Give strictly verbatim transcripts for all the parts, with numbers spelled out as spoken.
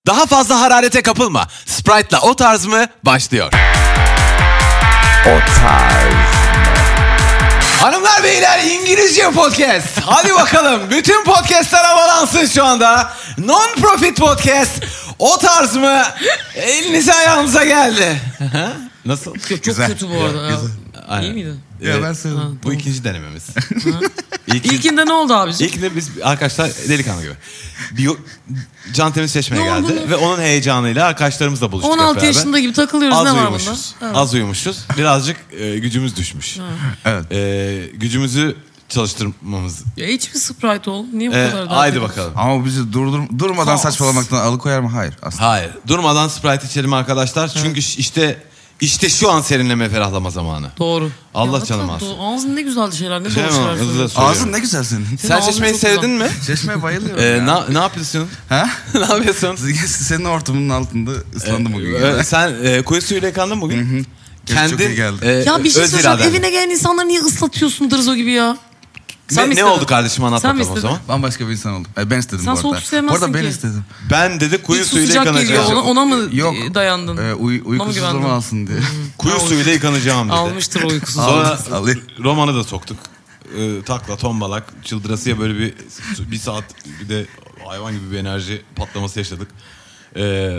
Daha fazla hararete kapılma. Sprite'la O Tarz mı başlıyor. O Tarz. Hanımlar beyler, İngilizce podcast. Hadi bakalım. Bütün podcastlar havalansın şu anda. Non-profit podcast. O Tarz mı? Elinize ayağınıza geldi. Nasıl? Çok güzel. Kötü bu arada. Ya, Aynen. İyi miydi? Ya Evet. ben sevdim. Ha, Bu tamam. ikinci denememiz. İlk, İlkinde ne oldu abicim? İlkinde biz arkadaşlar delikanlı gibi. Bir Can Temiz Çeşme'ye Ne geldi oldu? ve onun heyecanıyla arkadaşlarımızla buluştuk. on hep altı beraber. yaşında gibi takılıyoruz. Az Ne var bunda? uyumuşuz. Evet. Az uyumuşuz. Birazcık e, gücümüz düşmüş. Evet. E, gücümüzü çalıştırmamız. Ya hiçbir Sprite ol. Niye bu E, kadar? haydi dert bakalım. Ama bizi durdur durmadan Kaos. saçmalamaktan alıkoyar mı? Hayır aslında. Hayır. Durmadan Sprite içelim arkadaşlar. Çünkü işte işte şu an serinleme ferahlama zamanı. Doğru. Allah Ya, canım tabii, alsın. doğru. Ağzın ne güzel şeyler. Ne Şey doğru mi? şeyler Hızlı söylüyorsun. söylüyorum. Ağzın ne güzel senin. Sen ağzın çeşmeyi çok sevdin güzel. mi? Çeşmeye bayılıyorum E, ya. ne, ne yapıyorsun? Ha? Ne yapıyorsun? Senin ortamının altında ıslandım bugün. E, yani. sen e, kuyu suyuyla yıkandın bugün. Çok iyi geldi. e, Ya bir şey öz söyleyeceğim. iradenle. Evine gelen insanları niye ıslatıyorsun Dırzo gibi ya? Sen Ne, mi ne istedin? oldu kardeşim, anlat Sen mi bakalım o istedin? zaman. Bambaşka bir insan oldum. E, ben istedim Sen bu soğuk arada. su sevmezsin Bu arada ben ki. istedim. Ben dedi kuyu İlk su suyuyla sıcak geliyor. yıkanacağım. Ona, ona mı Yok. e, dayandın? E, uy- Ona mı uykusuzluğumu güvendin? alsın diye. Kuyu suyuyla yıkanacağım dedi. Almıştır o uykusuz. Sonra Alayım. romanı da soktuk. Ee, takla tombalak çıldırasıya böyle bir bir saat bir de hayvan gibi bir enerji patlaması yaşadık. Ee,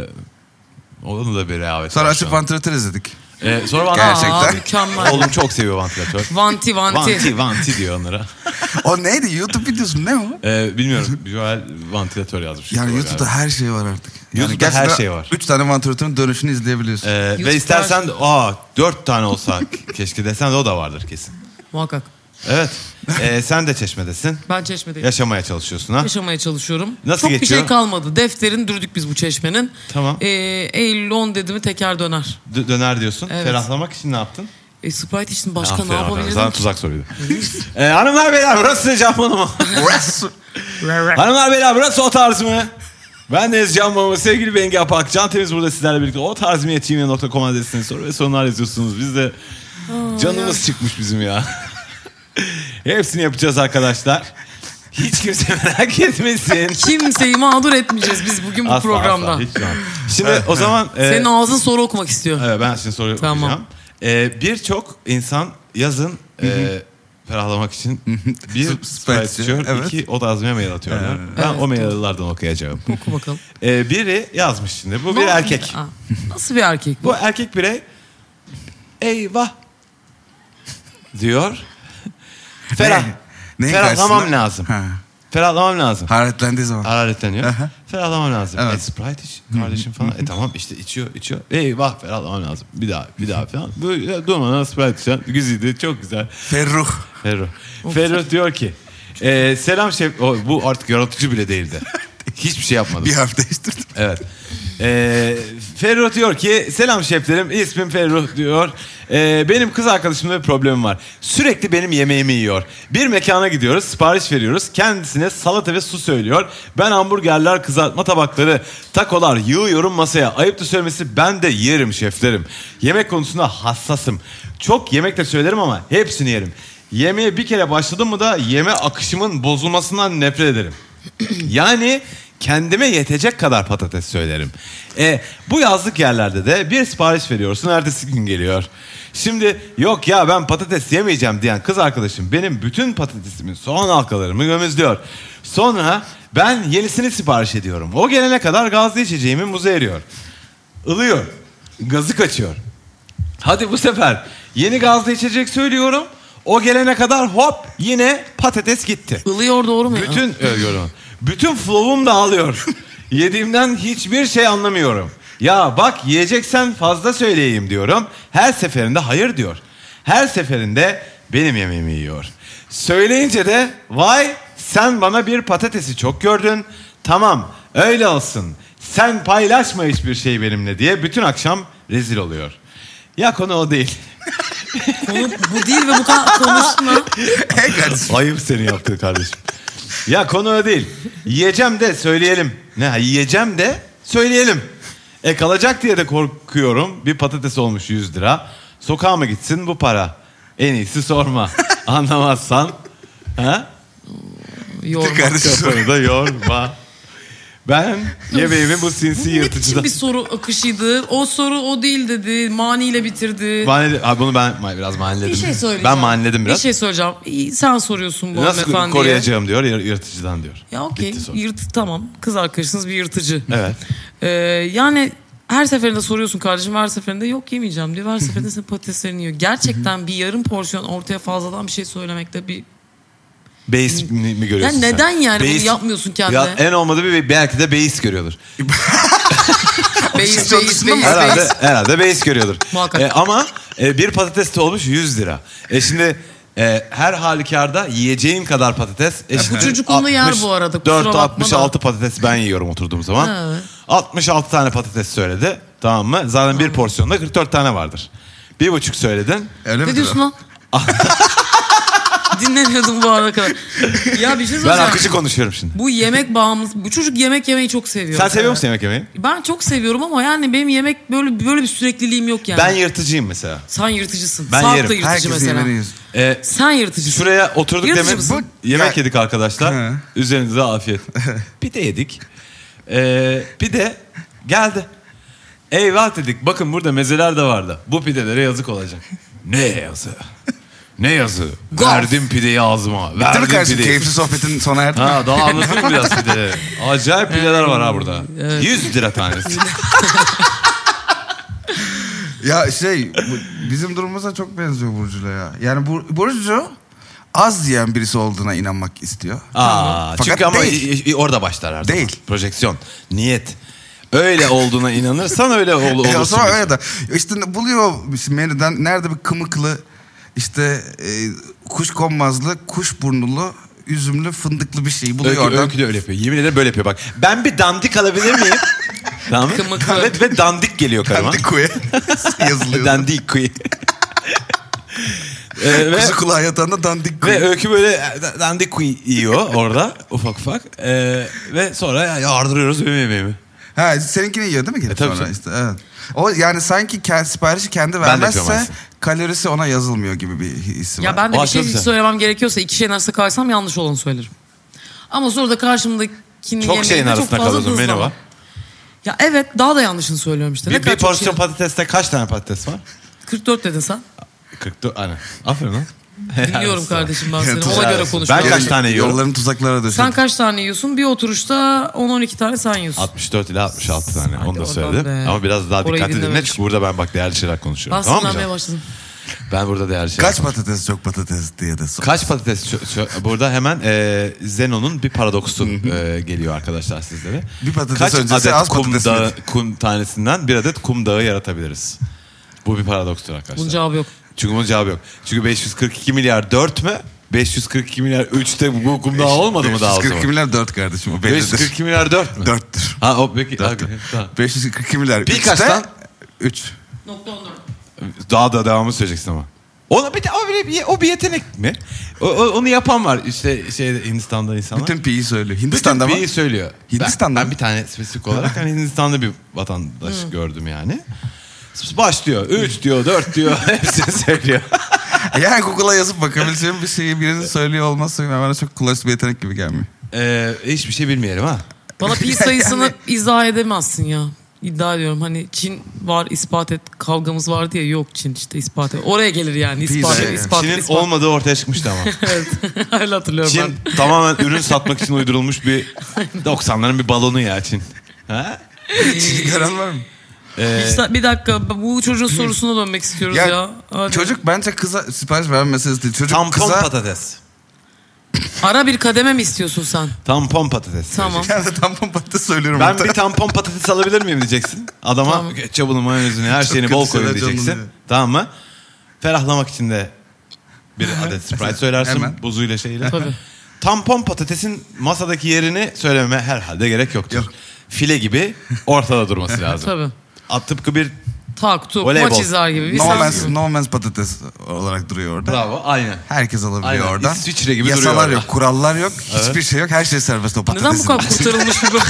onun da bir rehavet. Sonra var açıp şu an. vantilatör izledik. Ee, sonra Gerçekten. Aa, mükemmel. Oğlum çok seviyor vantilatör. Vanti vanti. Vanti vanti diyor onlara. O neydi? YouTube videosu ne o? Ee, bilmiyorum. Joel vantilatör yazmış. Yani Galiba. YouTube'da her şey var artık. Yani YouTube'da her gerçekten şey var. Üç tane vantilatörün dönüşünü izleyebiliyorsun. Ee, YouTube'da ve istersen her de aa dört tane olsa keşke desen de o da vardır kesin. Muhakkak. Evet. Ee, sen de Çeşme'desin. Ben Çeşme'deyim. Yaşamaya çalışıyorsun ha. Yaşamaya çalışıyorum. Nasıl Çok geçiyor? bir şey kalmadı. Defterin dürdük biz bu Çeşme'nin. Tamam. Ee, Eylül on dedi mi teker döner. D- döner diyorsun. Evet. Ferahlamak için ne yaptın? E, Sprite içtin başka Aferin, ne aferin. yapabilirim Sana ki? tuzak soruydu. ee, hanımlar beyler burası Can Bonomo. Hanımlar beyler burası O Tarz mı? Ben Deniz Can Bonomo. Sevgili Bengi Apak. Can Temiz burada sizlerle birlikte. O Tarz mı gmail nokta com adresine soru ve sorunlar yazıyorsunuz. Biz de canımız çıkmış bizim ya. Hepsini yapacağız arkadaşlar. Hiç kimse merak etmesin. Kimseyi mağdur etmeyeceğiz biz bugün bu Asla, programda. asla, hiç zaman. Şimdi o zaman... e, Senin ağzın soru okumak istiyor. Evet, ben şimdi soru Tamam. okuyacağım. Ee, Birçok insan yazın e, ferahlamak için bir Sprite Sprite içiyor, içiyor, evet. iki O Tarz'ıma mail atıyorlar. Ben Evet, o maillerden okuyacağım. Oku bakalım. Ee, biri yazmış şimdi. Bu Ne bir oldu? erkek. Aa, nasıl bir erkek bu? Bu erkek birey eyvah diyor. Ferah. Neyin Ferahlamam karşısında? lazım. Ha. Ferahlamam lazım. Hararetlendiği zaman. Hararetleniyor. Aha. Ferahlamam lazım. Evet. E, Sprite iç kardeşim falan. E tamam işte içiyor içiyor. Eyvah ferahlamam lazım. Bir daha bir daha falan. Böyle durmadan Sprite içen. Güzeldi, çok güzel. Ferruh. Ferruh. Ferruh diyor ki e, selam şef. O, bu artık yaratıcı bile değildi. Hiçbir şey yapmadım. Bir harf değiştirdim. Evet. Ee, Ferruh diyor ki selam şeflerim, ismim Ferruh diyor. Ee, benim kız arkadaşımda bir problemim var. Sürekli benim yemeğimi yiyor. Bir mekana gidiyoruz, sipariş veriyoruz. Kendisine salata ve su söylüyor. Ben hamburgerler, kızartma tabakları, takolar yığıyorum masaya. Ayıptır söylemesi, ben de yerim şeflerim. Yemek konusunda hassasım. Çok yemek de söylerim ama hepsini yerim. Yemeğe bir kere başladım mı da yeme akışımın bozulmasından nefret ederim. Yani kendime yetecek kadar patates söylerim. E, bu yazlık yerlerde de bir sipariş veriyorsun, ertesi gün geliyor. Şimdi yok ya ben patates yemeyeceğim diyen kız arkadaşım benim bütün patatesimin soğan halkalarımı gömüzlüyor. Sonra ben yenisini sipariş ediyorum. O gelene kadar gazlı içeceğimin muzu eriyor. Ilıyor. Gazı kaçıyor. Hadi bu sefer yeni gazlı içecek söylüyorum. O gelene kadar hop yine patates gitti. Ilıyor doğru mu ya? Bütün ölüyorum. Bütün flow'um dağılıyor. Yediğimden hiçbir şey anlamıyorum. Ya bak yiyeceksen fazla söyleyeyim diyorum. Her seferinde hayır diyor. Her seferinde benim yemeğimi yiyor. Söyleyince de vay sen bana bir patatesi çok gördün. Tamam öyle olsun. Sen paylaşma hiçbir şey benimle diye bütün akşam rezil oluyor. Ya konu o değil. Konu bu değil ve bu kadar konuştun ha. Hey kardeşim. Ayıp senin yaptığı kardeşim. Ya konu o değil. Yiyeceğim de söyleyelim. Ne yiyeceğim de söyleyelim. E kalacak diye de korkuyorum. Bir patates olmuş yüz lira. Sokağa mı gitsin bu para? En iyisi sorma. Anlamazsan. Ha? Yorma. Kardeşim. Kafanı da yorma. Ben yemeğimi bu sinsi Bu ne biçim yırtıcıdan... bir soru akışıydı? O soru o değil dedi. Maniyle bitirdi. Manile... Abi bunu ben biraz maniledim. Bir şey söyleyeceğim. Ben maniledim biraz. Bir şey söyleyeceğim. İyi, sen soruyorsun bu Nasıl hanımefendiye. koruyacağım diyor, yır- yırtıcıdan diyor. Ya okey. Bitti soru. Yırt tamam. Kız arkadaşınız bir yırtıcı. Evet. Ee, yani her seferinde soruyorsun kardeşim, her seferinde yok yemeyeceğim diyor. Her seferinde senin patateslerini yiyor. Gerçekten bir yarım porsiyon ortaya fazladan bir şey söylemekte bir... Beis mi, mi görüyorsun Ya sen? neden yani Beis- bunu yapmıyorsun kendine? Ya en olmadı bir belki de beis görüyordur. Beyiz, Siz beyiz, çalıştınız mı? beyiz, Herhalde beyiz. herhalde beis görüyordur. Muhakkak. E, ama e, bir patates de olmuş yüz lira. E şimdi e, her halükarda yiyeceğin kadar patates. E, bu çocuk onu yer bu arada, kusura dört bakma altmış altı patates ben yiyorum oturduğum zaman. Evet. altmış altı tane patates söyledi. Tamam mı? Zaten bir porsiyonda kırk dört tane vardır. Bir buçuk söyledin. Öyle Ne mi? diyorsun lan? Dinlemiyordum bu arada kadar. Ya bir şey Ben söyleyeceğim. akıcı konuşuyorum şimdi. Bu yemek bağımlısı. Bu çocuk yemek yemeyi çok seviyor. Sen seviyor musun yemek yemeyi? Ben çok seviyorum ama yani benim yemek böyle böyle bir sürekliliğim yok yani. Ben yırtıcıyım mesela. Sen yırtıcısın. Ben Sarp yerim. da yırtıcı Herkesin mesela. yemeğini yiyorsun. E, Sen yırtıcısın. Şuraya oturduk Yırtıcı demin mısın? yemek Ya- yedik arkadaşlar. He. Üzerinize afiyet. Pide yedik. Ee, pide geldi. Eyvah dedik. Bakın burada mezeler de vardı. Bu pidelere yazık olacak. Ne yazı? Ne yazı? Gaf. Verdim pideyi ağzıma. Değil mi Verdim kardeşim? pideyi. Keyifli sohbetin sona erdi mi? Ha, daha anlatayım biraz pideleri. Acayip pideler var ha burada. Evet. yüz lira tanesi. Ya şey bu- bizim durumumuza çok benziyor Burcu'yla ya. Yani Bur- Burcu az yiyen birisi olduğuna inanmak istiyor. Aa, Fakat çünkü ama değil. i- i- orada başlar her zaman. Değil. Projeksiyon, niyet. Öyle olduğuna inanırsan öyle ol, E o olursun. zaman öyle de işte buluyor işte menüden nerede bir kımıklı işte e, kuş konmazlı, kuş burnulu, üzümlü, fındıklı bir şey buluyor Öykü, oradan. öykü de öyle yapıyor. Yemin ederim böyle yapıyor bak. Ben bir dandik alabilir miyim? Tamam mı? Kımıklı. Ve, ve dandik geliyor karıma. Kendi kuyu yazılıyor. Dandik kuyu. Ee, ve, Kuzu kulağı yatağında dandik kuyu. ve öykü böyle e, dandik kuyu yiyor orada ufak ufak. Ee, ve sonra ya, yardırıyoruz benim yemeğimi. Ha seninkini yiyor değil mi? Gelip E, tabii sonra canım. işte, evet. O yani sanki kendi, siparişi kendi de yapıyorum vermezse aslında. kalorisi ona yazılmıyor gibi bir hissi var. Ya ben de Aa, bir şey çok güzel. söylemem gerekiyorsa iki şeyin arasında kalsam yanlış olanı söylerim. Ama sonra da karşımdakinin Çok şeyin yemeğinde çok arasında fazla kalıyorsun menü hızlanamam. var. Ya evet daha da yanlışını söylüyorum işte. Ne Bir, kadar bir çok porsiyon şey- patateste kaç tane patates var? kırk dört dedin sen. kırk dört. Aynen. Aferin lan. Biliyorum kardeşim ben seni. Tuzak. Ona göre Ben konuşuyorum. kaç tane yiyorum? Yolların tuzaklara döşedi. Sen kaç tane yiyorsun? Bir oturuşta on on iki tane sen yiyorsun. altmış dört ile altmış altı tane. Onu da oradan söyledim. be. Ama biraz daha Orayı dikkatli dinle. dinlememişim. Çünkü burada ben bak değerli şeyler konuşuyorum. Ben Tamam mı sinirlenmeye canım? başladım. Ben burada değerli şeyler Kaç patates çok patates diye de sor. Kaç patates? çö- çö- burada hemen e, Zenon'un bir paradoksu e, geliyor arkadaşlar sizlere. Bir patates Kaç öncesi adet az kum, patates dağı, miydi? kum tanesinden bir adet kum dağı yaratabiliriz? Bu bir paradokstur arkadaşlar. Bunun cevabı yok. Çünkü bunun cevabı yok. Çünkü beş yüz kırk iki milyar dört mü? beş yüz kırk iki milyar üçte bu kum dağı olmadı mı daha o beş yüz kırk iki zaman? milyar dört kardeşim o bellidir. beş yüz kırk iki milyar dört mü? Dörttür. Ha o peki. Dört. Okay, tamam. beş yüz kırk iki milyar Bir kaçtan? üç. Nokta on dört. Daha da devamı söyleyeceksin ama. Ona bir de o bir, o bir yetenek mi? O, o- onu yapan var işte şeyde Hindistan'da insanlar. Bütün pi'yi söylüyor. Hindistan'da mı? Bütün P'yi söylüyor. Hindistan'da ben, mı? ben bir tane spesifik olarak hani Hindistan'da bir vatandaş gördüm yani. Başlıyor. Üç diyor, dört diyor. Hepsini söylüyor. Yani Google'a yazıp bakabileceğim bir şeyi birinin söylüyor olması bana çok klasik bir yetenek gibi gelmiyor. Ee, hiçbir şey bilmeyelim ha. Bana pi sayısını izah edemezsin ya. İddia ediyorum hani Çin var ispat et kavgamız var diye yok Çin işte ispat et. Oraya gelir yani ispat Pi- et ispat et Çin'in ispat et. olmadığı ortaya çıkmıştı ama. Evet öyle hatırlıyorum Çin ben. tamamen ürün satmak için uydurulmuş bir doksanların bir balonu ya Çin. Ha? Çin'i gören var mı? Ee, İşte bir dakika bu çocuğun sorusuna dönmek istiyoruz ya. Ya, Hadi. çocuk bence kıza sipariş verme meselesi değil. Çocuk tampon kıza... patates. Ara bir kademe mi istiyorsun sen? Tampon patates. Tamam. Ben de tampon patates söylüyorum. Ben hatta. bir tampon patates alabilir miyim diyeceksin. Adama Tamam. ketçabını, mayonezini, her Çok şeyini kötü bol koyun şeyler diyeceksin. canlanıyor. Tamam mı? Ferahlamak için de bir adet Sprite söylersin Hemen. buzuyla şeyle. Tabii. Tampon patatesin masadaki yerini söylememe herhalde gerek yoktur. Yok. File gibi ortada durması lazım. Tabii. At tıpkı bir Tak tuk Voleybol. maç izler gibi. Bir No sen- man's, no man's patates olarak duruyor orada. bravo aynen. Herkes alabiliyor Aynen. oradan. İsviçre gibi Yasalar duruyor orada. yok, kurallar yok, hiçbir şey yok. Her şey serbest o patatesin. Neden bu kadar kurtarılmış bir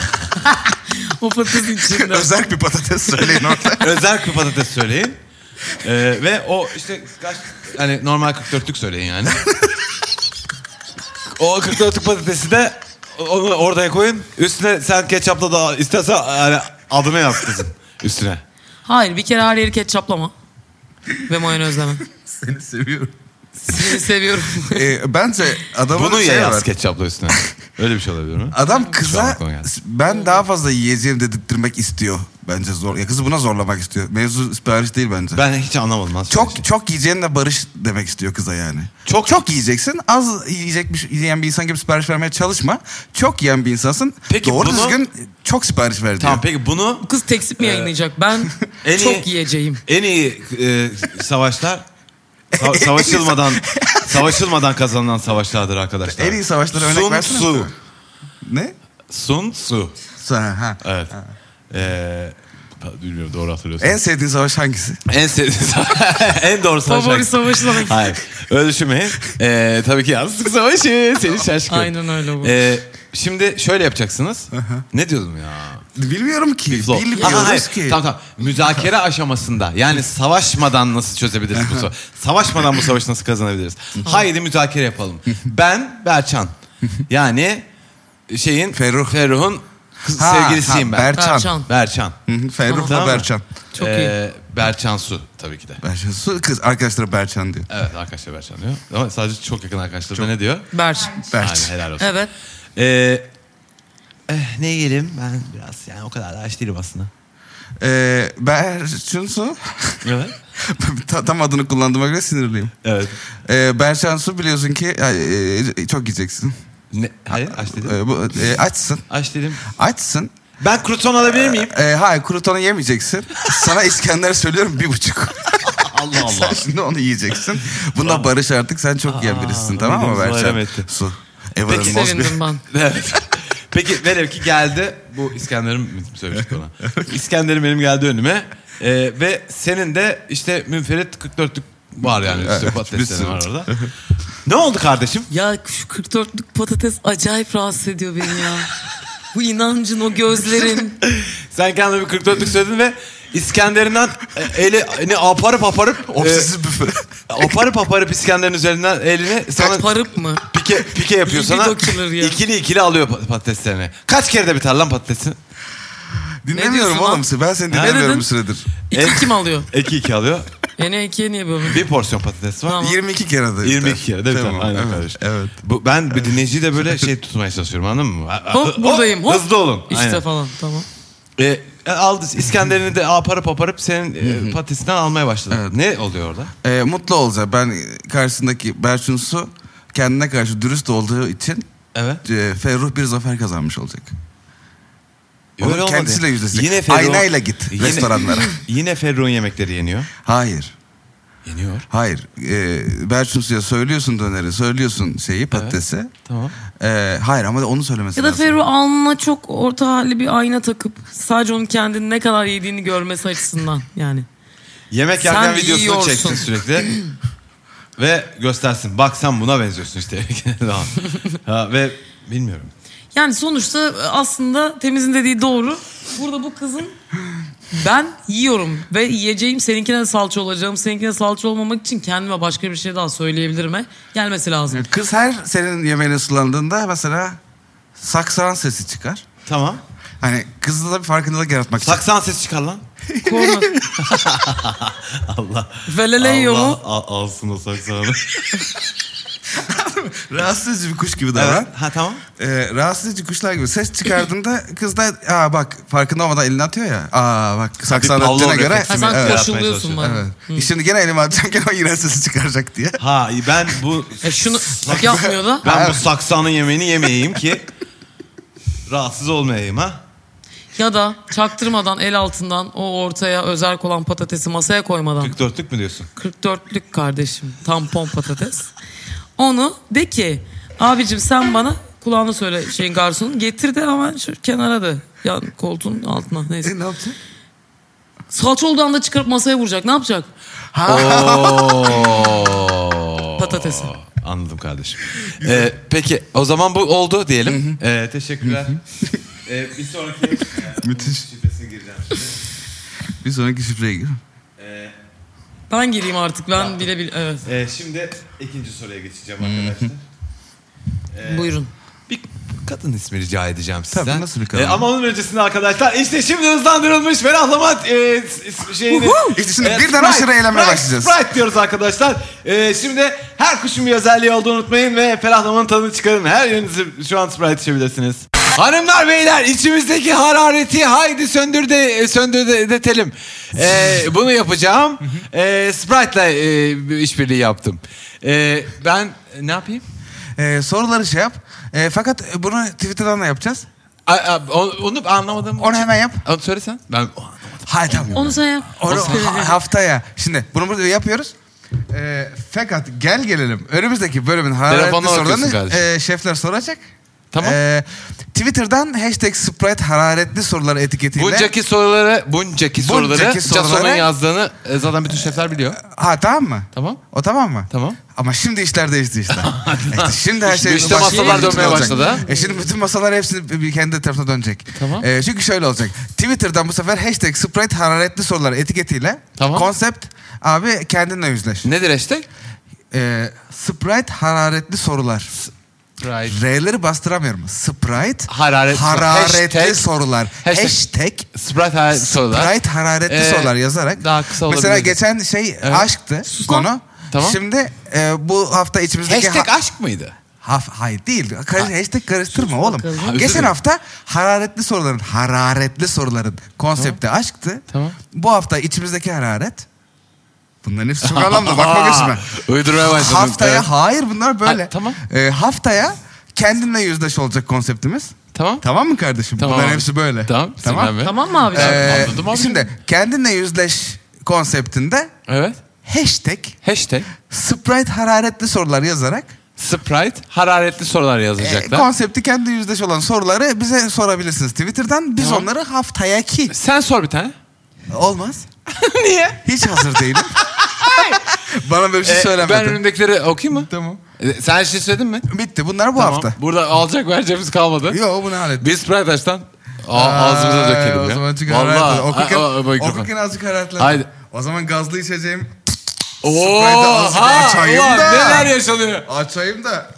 o patatesin içinde? Özel bir patates söyleyin orada. Özel bir patates söyleyin. Ee, ve o işte kaç hani normal kırk dörtlük söyleyin yani. O kırk dörtlük patatesi de onu oraya koyun. Üstüne sen ketçapla da istersen yani adını yaz kızın üstüne. Hayır bir kere her yeri ketçaplama. Ve mayonezleme. Seni seviyorum. Seni seviyorum. Ee, bence adamın Bunu ye şey yaz var. ketçapla üstüne. Öyle bir şey olabilir mi? Adam Şu an kıza aklıma geldi. ben daha fazla yiyeceğim dedirtmek istiyor. Bence zor. Ya kızı buna zorlamak istiyor. Mevzu sipariş değil bence. Ben hiç anlamadım nasıl. Çok çok yiyeceğinle barış demek istiyor kıza yani. Çok- çok yiyeceksin. Az yiyecek bir, yiyen bir insan gibi sipariş vermeye çalışma. Çok yiyen bir insansın. Peki Doğru bunu- düzgün çok sipariş ver diyor. Tamam peki bunu Bu kız tekzip mi yayınlayacak? Ben en çok iyi- yiyeceğim. en iyi e, savaşlar sa- savaşılmadan savaşılmadan kazanılan savaşlardır arkadaşlar. En iyi savaşlara örnek Sun versene. Tzu. Ne? Sun Tzu. Sana, ha. Evet. Ee, bilmiyorum doğru hatırlıyorsun. En sevdiğin savaş hangisi? En sevdiğin en doğru savaş. Favori savaşı demek. Hayır. Öyle düşünmeyin. Ee, tabii ki yalnızlık savaşı. Seni şaşkın. Aynen öyle bu. Ee, şimdi şöyle yapacaksınız. Ne diyordum ya? Bilmiyorum ki. Zor. Bilmiyoruz Ha, hayır. ki. Tamam tamam. Müzakere aşamasında yani savaşmadan nasıl çözebiliriz bu savaşı? Savaşmadan bu savaşı nasıl kazanabiliriz? Haydi müzakere yapalım. Ben Berçan. Yani şeyin Ferruh. Ferruh'un kız Ha, sevgilisiyim ha, ben. Berçan. Berçan. Berçan. Hı hı, Ferruh'la Tamam mı? Berçan. Çok iyi. Ee, Berçan Su tabii ki de. Berçan. Su- Kız arkadaşları Berçan diyor. Evet arkadaşlar Berçan diyor. Ama sadece çok yakın arkadaşlar da ne diyor? Berç. Berç. Aynen helal olsun. Evet. Ee, eh, ne yiyelim? Ben biraz yani o kadar da aç değilim aslında. Ee, Berçan Su. Evet. Ta- Tam adını kullandığıma göre sinirliyim. Evet. Ee, Berçan Su biliyorsun ki e, çok yiyeceksin. Ne? Hayır aç dedim. Ee, bu, e, açsın. Aç dedim. Açsın. Ben kruton alabilir miyim? Ee, hayır krutonu yemeyeceksin. Sana İskender söylüyorum bir buçuk. Allah Allah. Sen şimdi onu yiyeceksin. Bunda barış artık sen çok yiyen birisin tamam mı midemizi Berçan? alem etti. Su. Ever'ın Peki, Mosby. Sevindim ben. Evet. Peki velev ki geldi. Bu İskender'im mi söylemiştik ona. İskender'im benim geldi önüme. Ee, ve senin de işte münferit kırk dörtlük var yani. İşte Evet, patateslerin bir var orada. Ne oldu kardeşim? Ya şu kırk dörtlük patates acayip rahatsız ediyor beni ya. Bu inancın, o gözlerin. Sen kendine bir kırk dörtlük söyledin ve İskender'inden e, eli aparıp aparıp Obsesif büfe. e, aparıp aparıp İskender'in üzerinden elini sana Parıp mı? pike, pike yapıyor sana. Libido killer ya. İkili ikili alıyor pat- patateslerini. Kaç kere de biter lan patatesin? Dinlemiyorum diyorsun oğlum lan? sizi. Ben seni Ne dinlemiyorum dedin? bir süredir. İki kim alıyor? İki iki alıyor. E ne ikiye niye bölündün? Bir porsiyon patates var. Tamam. yirmi iki kere de biter. yirmi iki kere de biter. Tamam, Aynen evet, kardeşim. evet. Bu, ben bir dinleyiciyi de böyle şey tutmaya çalışıyorum anladın mı? Hop buradayım. Hop. Hızlı olun. İşte Aynen. falan tamam. E, aldı İskender'ini de aparıp aparıp senin e, patatesinden almaya başladı. Evet. Ne oluyor orada? Ee, mutlu olacak. Ben karşısındaki Berçun Su kendine karşı dürüst olduğu için Evet. e, Ferruh bir zafer kazanmış olacak. Onun Öyle olmadı. kendisiyle yüzleşecek. Yine Ferruh- Aynayla git Yine- restoranlara. Yine Ferruh'un yemekleri yeniyor. Hayır. Yeniyor. Hayır. Ee, Berçun Su'ya söylüyorsun döneri, söylüyorsun şeyi patatesi. Tamam. Ee, hayır ama onu söylemesi Ya da lazım. Ferru alnına çok orta halli bir ayna takıp sadece onun kendini ne kadar yediğini görmesi açısından yani. Yemek Sen yerken videosunu yiyorsun. çeksin sürekli. Ve göstersin. Bak sen buna benziyorsun işte. Tamam. Ha, ve bilmiyorum. Yani sonuçta aslında Temiz'in dediği doğru. Burada bu kızın ben yiyorum ve yiyeceğim seninkine de salça olacağım. Seninkine salça olmamak için kendime başka bir şey daha söyleyebilirime gelmesi lazım. Kız her senin yemeğini sulandığında mesela saksan sesi çıkar. Tamam. Hani kızda da bir farkındalık yaratmak için. Saksan ses çıkar lan. Korna. Allah. Velele yiyor Allah mu? al- alsın o saksanı. Rahatsız edici bir kuş gibi davran. Evet. Ha tamam. Ee, rahatsız edici kuşlar gibi ses çıkardığında kız da aa bak farkında olmadan elini atıyor ya. Aa bak saksan Pavlov attığına göre. refleksi Ha, sen Evet. koşuluyorsun bana. Evet. Şimdi gene elimi atacağım gene o yine sesi çıkaracak diye. Ha ben bu E şunu yapmıyor da. ben bu saksanın yemeğini yemeyeyim ki rahatsız olmayayım ha. Ya da çaktırmadan el altından o ortaya özerk olan patatesi masaya koymadan. kırk dörtlük mü diyorsun? kırk dörtlük kardeşim tampon patates. Onu de ki abicim sen bana kulağını söyle şeyin garsonun getir de ama şu kenara da yan koltuğun altına neyse. E, ne yaptın? Salça olduğu anda çıkarıp masaya vuracak ne yapacak? Oo. Patatesi. Anladım kardeşim. Ee, peki o zaman bu oldu diyelim. Ee, teşekkürler. ee, bir sonraki e, Müthiş. şifresine gireceğim şimdi. Bir sonraki şifreye gir. Ee, Ben gireyim artık ben bile bile evet. e, şimdi ikinci soruya geçeceğim arkadaşlar. Ee, Buyurun. Bir kadın ismi rica edeceğim sizden. Tabii, nasıl bir kadın? E, ama onun öncesinde arkadaşlar işte şimdi hızlandırılmış ferahlama e, şeyini. İşte şimdi birden aşırı eğlenmeye başlayacağız. Sprite diyoruz arkadaşlar. E, şimdi her kuşun bir özelliği olduğunu unutmayın ve ferahlamanın tadını çıkarın. Her yerinizi şu an Sprite içebilirsiniz. Hanımlar beyler içimizdeki harareti haydi söndür de söndür de edelim. E, bunu yapacağım. e, Sprite'la e, işbirliği yaptım. E, ben ne yapayım? Ee, soruları şey yap. Ee, fakat bunu Twitter'dan da yapacağız. A, a, onu anlamadım. Onu hemen yap. Onu söylesen. Ben Hayır tamam. Onu sen yap. Onu ha- haftaya. Şimdi bunu burada yapıyoruz. Ee, fakat gel gelelim. Önümüzdeki bölümün hararetli Telefonla bakıyorsun sorularını kardeşim. e, şefler soracak. Tamam. Ee, Twitter'dan hashtag Sprite hararetli soruları etiketiyle. buncaki soruları, buncaki soruları, Buncaki Jason'un soruları- yazdığını e, zaten bütün şefler biliyor. Ha tamam mı? Tamam. O tamam mı? Tamam. Ama şimdi işler değişti işte. işte şimdi her şey İşte başka masalar bir bütün dönmeye olacak. başladı ha. E şimdi bütün masalar hepsi bir kendi tarafına dönecek. Tamam. E, çünkü şöyle olacak. Twitter'dan bu sefer hashtag Sprite hararetli sorular etiketiyle Tamam. konsept abi kendinle yüzleş. Nedir hashtag? E, Sprite hararetli sorular. Right. R'leri bastıramıyorum. Sprite Hararetli- hararetli Hashtag- sorular. Hashtag- Hashtag Sprite hararetli sorular. Sprite hararetli Ee, sorular yazarak. daha kısa Mesela olabilirdi. geçen şey Evet. aşktı konu. Tamam. Şimdi e, bu hafta içimizdeki... Hashtag ha- aşk mıydı? Haf, hayır değil. Kar- hashtag karıştırma oğlum. bakalım. Ha, özür Geçen dilerim. hafta hararetli soruların, hararetli soruların konsepti aşktı. Tamam. Bu hafta içimizdeki hararet. Bunların hepsi çok anlamlı. Bakma gözüme. Uydurmaya başladım. Haftaya Evet. hayır bunlar böyle. Ha, tamam. Ee, haftaya kendinle yüzleş olacak konseptimiz. Tamam. Tamam mı kardeşim? Tamam Bunların abi. hepsi böyle. Tamam. Tamam. Tamam. Tamam mı abi? Ee, Anladım abi. şimdi kendinle yüzleş konseptinde Evet. hashtag Hashtag Sprite hararetli sorular yazarak Sprite hararetli sorular e, yazacaklar. konsepti kendi yüzleş olan soruları bize sorabilirsiniz Twitter'dan. Biz Tamam. onları haftaya ki Sen sor bir tane. olmaz. Niye? Hiç hazır değilim. Bana böyle bir şey Ee, söylemedi. ben önümdekileri okuyayım mı? Tamam. Ee, Sen her şeyi söyledin mi? Bitti. Bunlar bu Tamam. hafta. Burada alacak vereceğimiz kalmadı. Yo bunu hallettim. Biz Sprite açtan ağzımıza Ay, dökelim ya. O zaman çık Vallahi. hararetli. Okurken, Aa, aa, mikrofon. okurken azıcık hararetli. Haydi. O zaman gazlı içeceğim. Oo, Sprite'ı azıcık ha, açayım ulan da. neler yaşanıyor? Açayım da.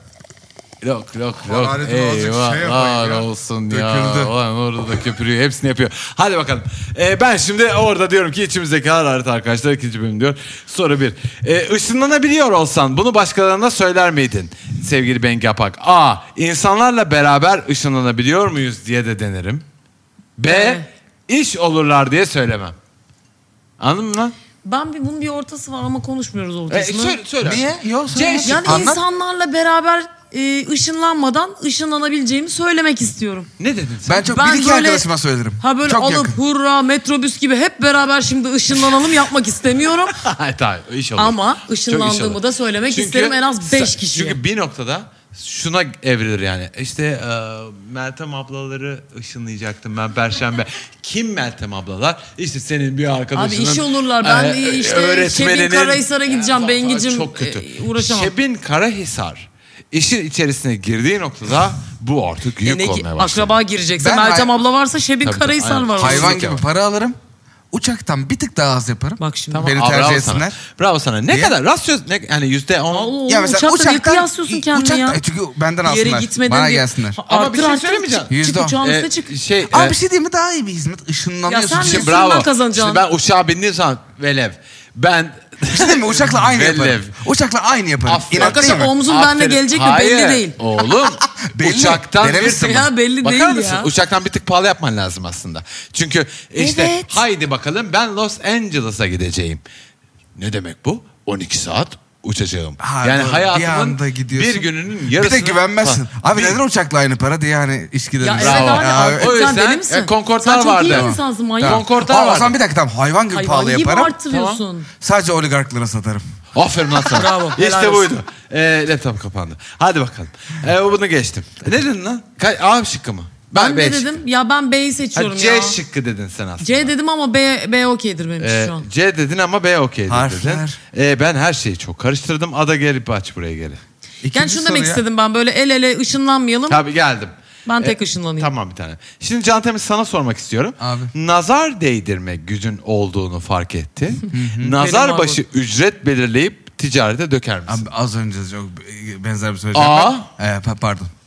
Yok yok yok. Hararetini azıcık şey Eyvahlar yapayım ya. olsun Döküldü. ya. Ulan orada da köpürüyor. Hepsini yapıyor. Hadi bakalım. Ee, ben şimdi orada diyorum ki içimizdeki hararet arkadaşlar ikinci bölüm diyor. Soru bir. Ee, ışınlanabiliyor olsan bunu başkalarına söyler miydin? Sevgili Bengapak. A. İnsanlarla beraber ışınlanabiliyor muyuz diye de denerim. B. Evet. İş olurlar diye söylemem. Anladın mı lan? Ben bir bunun bir ortası var ama konuşmuyoruz Ee, ortasını. söyle söyle. Niye? Yok söyle. C- Yani Anlat. insanlarla beraber e, ışınlanmadan ışınlanabileceğimi söylemek istiyorum. Ne dedin sen? Ben çok Ben bir iki böyle- arkadaşıma söylerim. Ha böyle çok alıp yakın. hurra metrobüs gibi hep beraber şimdi ışınlanalım yapmak istemiyorum. tamam iş olur. Ama Çok iş ışınlandığımı olur. da söylemek Çünkü isterim en az beş sen- kişiye. Çünkü bir noktada şuna evrilir yani. İşte e, Meltem ablaları ışınlayacaktım ben Perşembe. Kim Meltem ablalar? İşte senin bir arkadaşının. Abi iş olurlar. Ben e, işte öğretmeninin- Şebin Karahisar'a gideceğim. E, Bengicim, Çok kötü. e, uğraşamam. Şebin Karahisar işin içerisine girdiği noktada bu artık yük E, ne ki- olmaya başladı. akraba girecekse Ben Meltem hay- abla varsa Şebin Tabii, Karahisar aynen. var. Hayvan Kesinlikle gibi var. para alırım. Uçaktan bir tık daha az yaparım. Bak şimdi. Tamam, Beni aa, tercih bravo etsinler. Sana. Bravo sana. Ne Niye? kadar? Rasyo ne, yani yüzde on. Allah, Ya mesela uçakta niye uçaktan kıyaslıyorsun kendini uçaktan, ya? e çünkü benden Bir yere alsınlar. gitmeden Bana diye- gelsinler. Ama Artır, bir şey artır, söylemeyeceğim. çık- Yüzde Çık on. uçağın Ee, üstüne çık. şey, Ama e, bir şey değil mi? Daha iyi bir hizmet. Işınlanıyorsun. Ya sen Şimdi de- Bravo. Üstünden kazanacaksın. Şimdi ben uçağa bindiğim zaman velev. Ben bir şey değil mi? Uçakla aynı Velev. yaparım. Uçakla aynı yaparım. Aferin. İnat değil Arkadaşlar mi? omzum benle Aferin. gelecek mi Hayır. belli değil. Oğlum Belli. uçaktan bir Denemişsin tık- Ya belli Bakar değil mısın? ya. Uçaktan bir tık pahalı yapman lazım aslında. Çünkü işte Evet. haydi bakalım ben Los Angeles'a gideceğim. Ne demek bu? on iki saat uçacağım. Ha, yani doğru. hayatımın Bir anda gidiyorsun. bir gününün Bir yarısını... de güvenmezsin. Ha, Abi bir- neden uçakla aynı para diye hani iş gideriz. Ya evet Bravo. abi. Ya, abi, evet. O sen yüzden, deli misin? e, konkortlar Sen çok vardı. iyi bir Tamam. insansın manyak. Tamam. Konkortlar Aa, o vardı. zaman bir dakika tamam hayvan gibi pahalı Hayvan gibi yaparım. artırıyorsun. Sadece oligarklara satarım. Aferin lan sana. Bravo, helal İşte olsun. buydu. Ee, laptop kapandı. Hadi bakalım. Ee, bunu geçtim. Ne dedin lan? Ka- A şıkkı mı? Ben B de şıkkı. dedim ya ben B'yi Ha, seçiyorum C ya. şıkkı dedin sen aslında. C dedim ama B, B okeydir benim için Ee, şu an. C dedin ama B okey Harfler. dedin. Ee, ben her şeyi çok karıştırdım. Ada gelip aç buraya geri. İkinci Yani şunu demek soruya- istedim ben böyle el ele ışınlanmayalım. Tabii geldim. Ben tek ışınlanayım. Tamam bir tane. Şimdi Can Temiz sana sormak istiyorum. Abi. Nazar değdirme gücün olduğunu fark etti. Nazar Benim var başı ücret belirleyip ticarete döker misin? Abi az önce çok benzer bir soru A. yapayım. Ee, pa- pardon.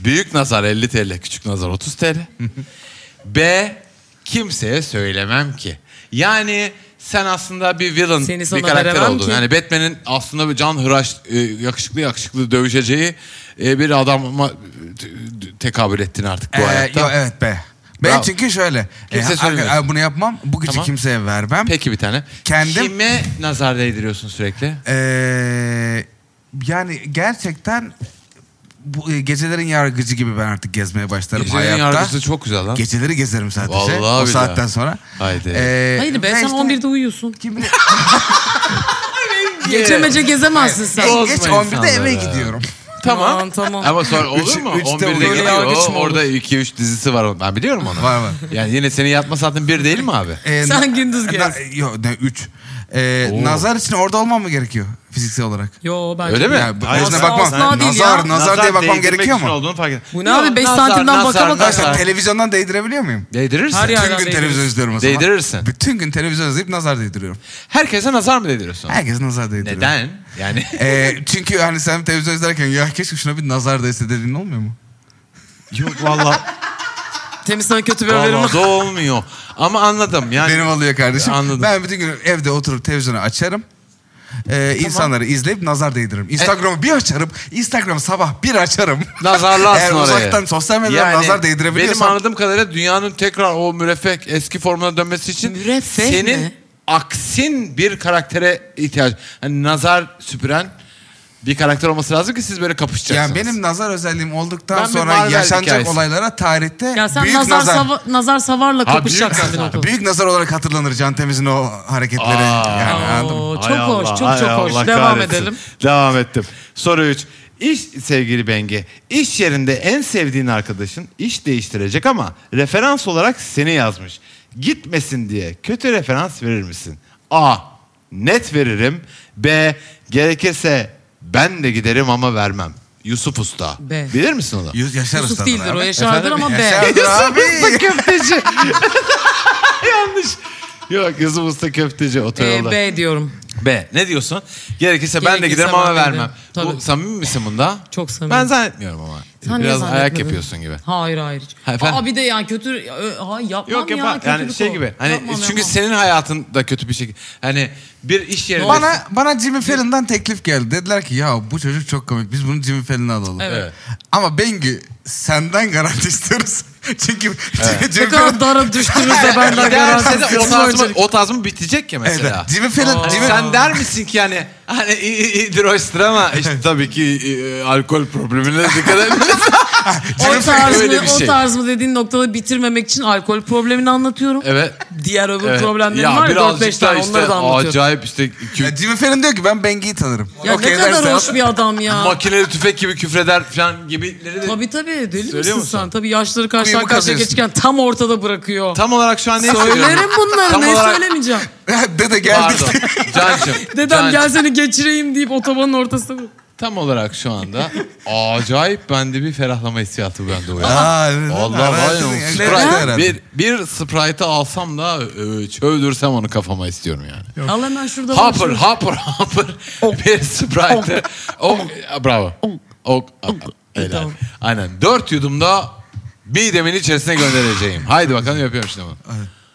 Büyük nazar elli TL, küçük nazar otuz TL. B. Kimseye söylemem ki. Yani sen aslında bir villain, Seni bir sana karakter veremem oldun. ki. Yani Batman'in aslında bir can hıraş, e, yakışıklı yakışıklı dövüşeceği e, bir adama e, tekabül ettin artık bu Ee, hayatta. yo, evet be. Ben Bravo. çünkü şöyle. Kimse e, söylemiyorsun. arkadaşlar, bunu yapmam. Bu gücü Tamam. kimseye vermem. Peki bir tane. Kendim- Kime nazar değdiriyorsun sürekli? Ee, yani gerçekten bu e, gecelerin yargıcı gibi ben artık gezmeye başlarım Gecenin hayatta. yargısı çok güzel lan. Geceleri gezerim sadece. Vallahi o billahi. saatten sonra. Haydi. Ee, Hayır be ve sen işte- on birde uyuyorsun. Kim bilir? Gece mece gezemezsin sen. En Bozma geç on birde eve insanları. gidiyorum. Tamam. Aman, tamam. Ama sonra olur Üç- mu? üçte on birde olur. Böyle gidiyor. yargıç mı olur? Orada iki üç dizisi var. Ben biliyorum onu. Var var. Yani yine senin yatma saatin bir değil mi abi? Ee, Sen na- gündüz gez. na- Yok ne üç. Ee, Oo. nazar için orada olmam mı gerekiyor fiziksel olarak? Yo ben Öyle mi? Ya, bu- Hayır, gözüne asla- bakmam. asla değil nazar, ya. nazar, diye bakmam değdirmek gerekiyor için mu? olduğunu fark et. Bu ne abi? Beş nazar, santimden nazar, baka baka. nazar. Mesela televizyondan değdirebiliyor muyum? Değdirirsin. Her yer- Bütün Yerden gün televizyon değdirirsin. izliyorum o zaman. Değdirirsin. Bütün gün televizyon izleyip nazar değdiriyorum. Herkese nazar mı değdiriyorsun? Herkes nazar değdiriyor. Neden? Yani Ee, çünkü hani sen televizyon izlerken ya keşke şuna bir nazar değse dediğin olmuyor mu? yok vallahi Temiz sana kötü bir haberim var. vallahi da olmuyor. Ama anladım yani. Benim oluyor kardeşim. Anladım. Ben bütün gün evde oturup televizyonu açarım. Ee, insanları izleyip nazar değdiririm. Instagram'ı bir açarım. Instagram'ı sabah bir açarım. Nazarlarsın Eğer oraya. uzaktan sosyal medyadan nazar değdirebiliyorsam. Benim anladığım kadarıyla dünyanın tekrar o müreffeh eski formuna dönmesi için Müreffeh senin mi? aksin bir karaktere ihtiyaç. Hani nazar süpüren bir karakter olması lazım ki siz böyle kapışacaksınız. Yani benim nazar özelliğim olduktan Ben bir sonra Marvel yaşanacak hikayesi. olaylara tarihte Ya sen büyük nazar, nazar. sava- nazar savarla Ha, kapışacaksın büyük bir nazar. noktada. Büyük nazar olarak hatırlanır Can Temiz'in o hareketleri. Aa. yani anladın mı? Oo, çok Hay hoş, Allah, çok hay çok Allah hoş. Devam kahretsin. edelim. Devam ettim. Soru üç. İş sevgili Bengi. İş yerinde en sevdiğin arkadaşın iş değiştirecek ama referans olarak seni yazmış. Gitmesin diye kötü referans verir misin? A. Net veririm. B. Gerekirse ben de giderim ama vermem. Yusuf Usta. B. Bilir misin onu? Yus- Yaşar Yusuf Usta'dır değildir abi. o Yaşar'dır Efendim? ama B. Yaşar'dır abi. Köfteci. Yanlış. Yok Yusuf Usta köfteci Ee, otoyolda. B diyorum. B. Ne diyorsun? Gerekirse, ben de Gerekirse giderim ama ben de vermem. giderim. Tabii. Bu samimi misin bunda? Çok samimi. Ben zannetmiyorum ama. Sen niye Biraz ayak zannetmedin? yapıyorsun gibi. Hayır hayır hiç. Ha, efendim? Aa bir de yani kötü ö, ha, yapmam Yok ya. yapma. Yani kötülük şey o. gibi. Hani Yapmam, çünkü yapmam. senin hayatında kötü bir şey. Hani bir iş yerinde. Bana bana Jimmy Fallon'dan teklif geldi. Dediler ki ya bu çocuk çok komik. Biz bunu Jimmy Fallon'a alalım. Evet. Evet. Ama Bengi senden garanti istiyoruz. Çünkü Ne Jimmy kadar Fallon... dara düştünüz de benden Giderse de garanti o tarz mı, istiyorum. o tarz mı bitecek ya Evet, mesela. Jimmy Fallon... Aa. Jimmy... Sen der misin ki hani hani iyidir hoştur ama işte tabii ki e, alkol problemine dikkat etmelisin. O tarz, öyle mı, bir şey. o tarz mı dediğin noktada bitirmemek için alkol problemini anlatıyorum. Evet. Diğer öbür evet. problemlerim Ya var ya dört beş birazcık da tane işte onları da anlatıyorum. acayip işte kü- Ya Jimmy Fallon diyor ki ben Bengi'yi tanırım. Ya Okey ne kadar derse- hoş bir adam ya. makineli tüfek gibi küfreder falan gibileri de Tabii tabii deli Söylüyor misin musun? sen? Tabii yaşları karşıdan Kuyumu karşıya kazıyorsun. geçirken tam ortada bırakıyor. tam olarak şu an ne Söylerim bunları Tam ne olarak- söylemeyeceğim. Dede geldik. Pardon. Cancım. Dedem Cancım. gel seni geçireyim deyip otobanın ortasına bırak. Tam olarak şu anda acayip bende bir ferahlama hissiyatı bende uyandı. Aa, evet. Allah var ya Herhalde- Sprite, herhalde. bir, bir Sprite'ı alsam da e, çövdürsem onu kafama istiyorum yani. Al hemen şurada. Hopper, başlıyor. hopper, hopper. Bir Sprite'ı. O, bravo. O, helal. Tamam. Aynen. Dört yudumda midemin içerisine göndereceğim. Haydi bakalım yapıyorum şimdi bunu.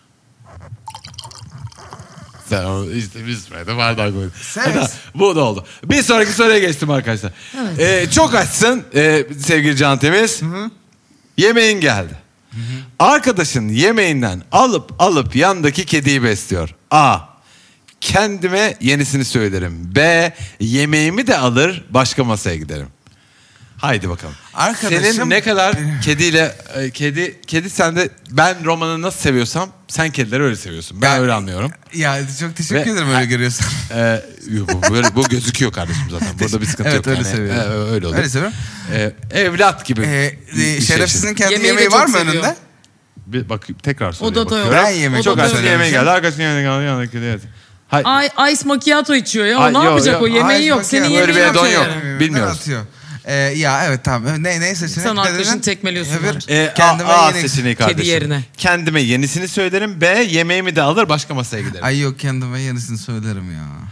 Sen o işte bir Sprite'ı bardağa koydun. Sen- Hadi, bu da oldu. Bir sonraki soruya geçtim arkadaşlar. Evet. Ee, çok açsın ee, sevgili Can Temiz. Yemeğin geldi. Arkadaşın yemeğinden alıp alıp yandaki kediyi besliyor. A. Kendime yenisini söylerim. B. Yemeğimi de alır başka masaya giderim. Haydi bakalım. Arkadaşım- Senin ne kadar kediyle e, kedi kedi sende ben romanı nasıl seviyorsam sen kedileri öyle seviyorsun. Ben Ya- öyle anlıyorum. Ya çok teşekkür Ve- ederim öyle görüyorsun. Ee, yok, bu, böyle, bu gözüküyor kardeşim zaten. Burada bir sıkıntı Evet, yok. öyle yani. seviyorum. Ee, öyle olur. Öyle seviyorum. Ee, evlat gibi. Ee, bir şey şerefsizin kendi Yemeği de yemeği çok var mı seviyor. önünde? Bir bak tekrar soruya O da da bakıyorum. yok. Ben yemek O Çok da az da yok. yemeğe geldi. Arkadaşın yemeğe geldi. Yanındaki kedi yedi. Hayır. Ay, ice macchiato içiyor ya. O Ay, ne yok, yapacak yok. o? Yemeği Ice yok. Senin macchiato. Öyle bir yemeğin edon yok. yok. yani. Bilmiyoruz. Atıyor. Ee, ya evet tamam. Ne, ne seçenek? Sen ne arkadaşını dedin? tekmeliyorsun Evet. bence. Ee, Kendime A, A yeni- seçeneği kardeşim. Kedi yerine. Kendime yenisini söylerim. B yemeğimi de alır başka masaya giderim. Ay yok kendime yenisini söylerim ya.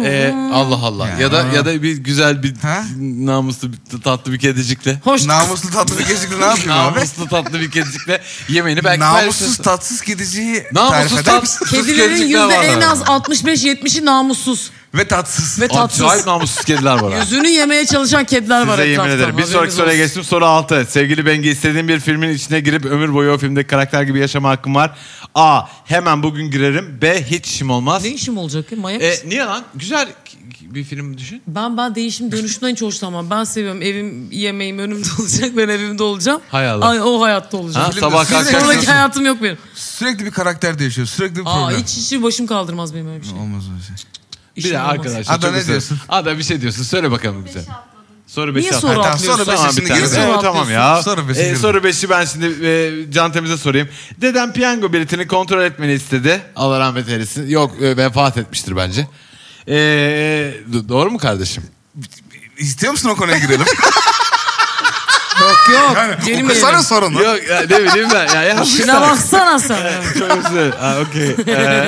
Ee, Allah Allah. Ya. Ya. ya da ya da bir güzel bir Ha? namuslu bir, tatlı bir kedicikle. Hoş. Namuslu tatlı bir kedicikle ne yapayım abi? Namuslu tatlı bir kedicikle yemeğini belki Namussuz paylaşırsın. tatsız kediciyi tarif Namussuz eder misin? tatsız Kedilerin kedicikler yüzde var en abi. az altmış beş yetmişi namussuz Ve tatsız. ve tatsız. Acayip namussuz kediler var. ha. Yüzünü yemeye çalışan kediler var Size etrafta. yemin ederim. Bir sonraki Haberiniz soruya olsun. geçtim. Soru altı. Sevgili Bengi, istediğin bir filmin içine girip ömür boyu o filmdeki karakter gibi yaşama hakkım var. A. Hemen bugün girerim. B. Hiç işim olmaz. Ne işim olacak ya? Manyak E, mısın? niye lan? Güzel bir film düşün. Ben ben değişim dönüşümden hiç hoşlanmam. Ben seviyorum. Evim, yemeğim önümde olacak. Ben evimde olacağım. Hay Allah. Ay, o hayatta olacağım. Ha, Filmde sabah sürekli- kalkarsın. Sonraki hayatım yok benim. Sürekli bir karakter değişiyor. Sürekli bir Aa, problem. hiç işi başım kaldırmaz benim öyle bir şey. Olmaz öyle şey. Bir İşim de olmaz. arkadaşlar. Ada çok ne güzel. diyorsun? Ada bir şey diyorsun. Söyle bakalım bize. Soru beşi Niye atla. soru Tamam, atlıyorsun? soru beşe Tamam, bir şimdi tane. girsin. Evet, Soru tamam ya. atlıyorsun. Soru beşe Ee, girsin. soru beşi ben şimdi e, Can Temiz'e sorayım. Dedem piyango biletini kontrol etmeni istedi. Allah rahmet eylesin. Yok e, vefat etmiştir bence. Ee, do- doğru mu kardeşim? İstiyor musun o konuya girelim? Yok yok. Yani Girmeyelim. okusana sorunu. Yok ya, ne bileyim ben. Ya, yapmışlar. Şuna baksana sen. Çok güzel. Ha, okey. Ee,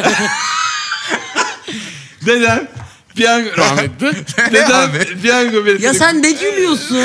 dedem piyango rahmetli. Dedem abi? piyango biletini... Ya sen ne gülüyorsun?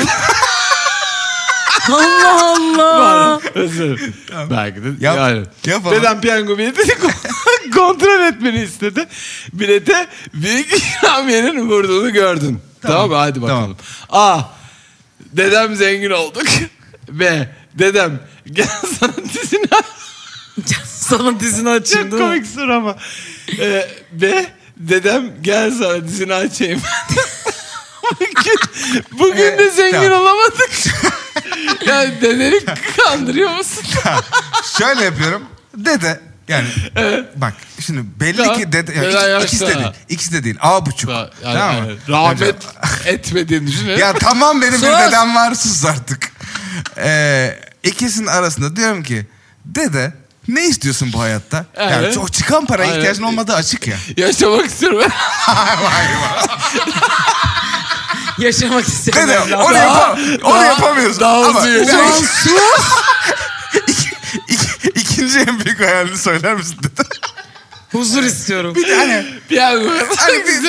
Allah Allah. Özür. Belki de. Yap, yani. yapalım. Dedem piyango biletini kontrol etmeni istedi. Bilete büyük ikramiyenin vurduğunu gördün. Tamam, tamam mı? Hadi bakalım. A. Dedem zengin olduk. B. Dedem gel sana dizini Sana dizini açayım çok değil mi? komik soru ama. Ee, B. Dedem gel sana dizini açayım. bugün, bugün de Evet, zengin tamam. olamadık. Yani dedeni kandırıyor musun? Şöyle yapıyorum. Dede yani bak şimdi belli Tamam. ki dede yani Dede ikisi, ikisi de yaşlı değil. ha. İkisi de değil. A buçuk. Yani, tamam mı? yani, rahmet etmediğini düşünüyorum. Ya tamam benim Sus. bir dedem var sus artık. Ee, ikisinin arasında diyorum ki dede ne istiyorsun bu hayatta? Yani Evet. çok çıkan paraya Aynen. ihtiyacın olmadığı açık ya. Yaşamak istiyorum. Yaşamak istiyorum. Dede evladım. onu, yapa, onu daha- yapamıyorsun. daha Ama hızlı yaşa. Ulan sus. ik- ikinci en büyük hayalini söyler misin dede? Huzur istiyorum. Yani Piyango. Hani bir,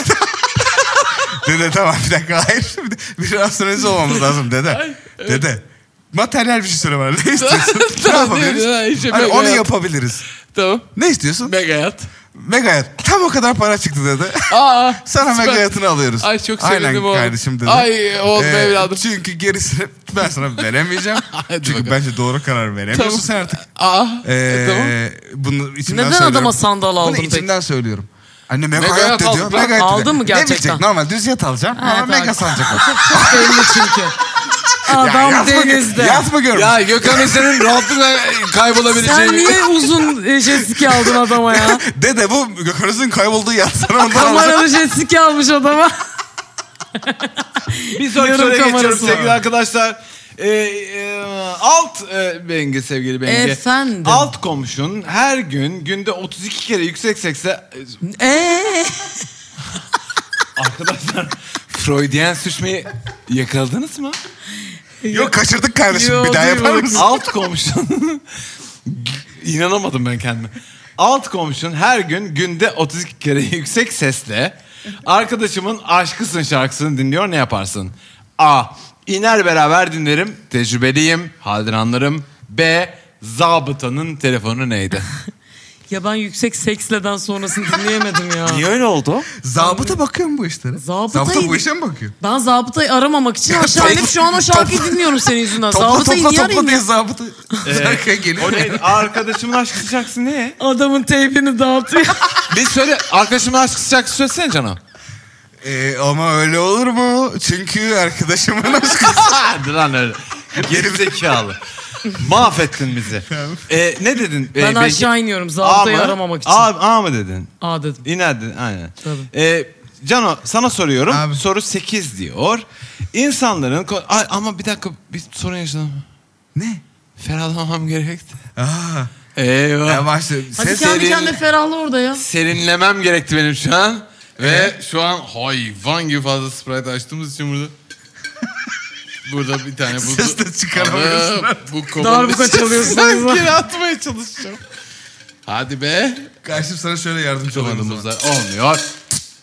dede tamam bir dakika hayır. Bir, de- bir rasyonelize olmamız lazım dede. Dede. Materyal bir şey söyle bana. Ne istiyorsun? ne Tamam, yapabiliriz? değil mi? İşte Hani mega onu hayat. yapabiliriz. Tamam. Ne istiyorsun? Mega hayat. Mega hayat. Tam o kadar para çıktı dede. Aa, Sana süper. mega hayatını alıyoruz. Ay çok Aynen sevindim oğlum. kardeşim dedi. Ay oğlum Ee, evladım. Çünkü gerisini ben sana veremeyeceğim. Hadi Çünkü bakalım. bence doğru karar veremiyorsun Tamam. sen artık. Aa, Ee, e, tamam. Bunu içimden Neden söylüyorum. adama sandal aldın Bunu peki? içimden söylüyorum. Anne mega, Mega hayat hayat de diyor. aldık lan. Mega hayat Aldın diyor. mı gerçekten? Ne bilecek? Normal düz yat alacağım ama Evet, mega evet. sanacak. Çok belli çünkü. Adam yat mı, denizde. yat mı görmüş? Ya Gökhan'ın senin rahatlıkla kaybolabileceğini... Sen niye uzun e, jet ski aldın adama ya? Dede bu Gökhan'ın kaybolduğu yer sana ondan alacağım. Kameralı jet ski almış adama. Bir sonraki Yarım soruya geçiyorum kamerası sevgili var. arkadaşlar. Ee, e, alt e, Bengi sevgili Bengi. Efendim? Alt komşun her gün günde otuz iki kere yüksek sesle... Eee? Arkadaşlar Freudian suçmayı yakaladınız mı? Yok kaçırdık kardeşim Yo, bir daha yapar duymadım. mısın? Alt komşun... İnanamadım ben kendime. Alt komşun her gün günde otuz iki kere yüksek sesle arkadaşımın Aşkısın şarkısını dinliyor, ne yaparsın? A. İner beraber dinlerim. Tecrübeliyim. Halden anlarım. B. Zabıtanın telefonu neydi? Ya ben yüksek seksleden sonrasını dinleyemedim ya. Niye öyle oldu? Zabıta bakıyor mu bu işlere? Zabıtayı- Zabıta bu işe mi bakıyor? Ben zabıtayı aramamak için aşağı inip şu an o şarkıyı dinliyorum senin yüzünden. Topla Zabıtayı topla niye topla arayayım diye ya? zabıta şarkıya O geliyor. neydi? Arkadaşımın Aşkısın şarkısı ne? Adamın teybini dağıtıyor. Bir söyle. Arkadaşımın Aşkısın şarkısı söylesene canım. Ee, ama öyle olur mu? Çünkü arkadaşımın aşkı. Hadi lan öyle. Geri zekalı. Mahvettin bizi. Ee, ne dedin? Ben Ee, aşağı iniyorum A zabıtayı mı? aramamak için. A, A mı dedin? A dedim. İner dedin aynen. Tabii. Ee, Cano sana soruyorum. Abi. Soru sekiz diyor. İnsanların... ko- Ay, ama bir dakika bir sorun yaşadım. Ne? Ferahlamam gerekti. Aa. Eyvah. Ya başla. Hadi Ses kendi serin- kendine ferahla orada ya. Serinlemem gerekti benim şu an. Ve şu an hayvan gibi fazla Sprite açtığımız için burada... Burada bir tane buzu... Ses de çıkaramıyorsun Alıp Bu kovanın Darbuka içine çalıyorsunuz. geri atmaya çalışacağım. Hadi be. Karşım sana şöyle yardımcı olalım. o zaman. Kovanımızda olmuyor.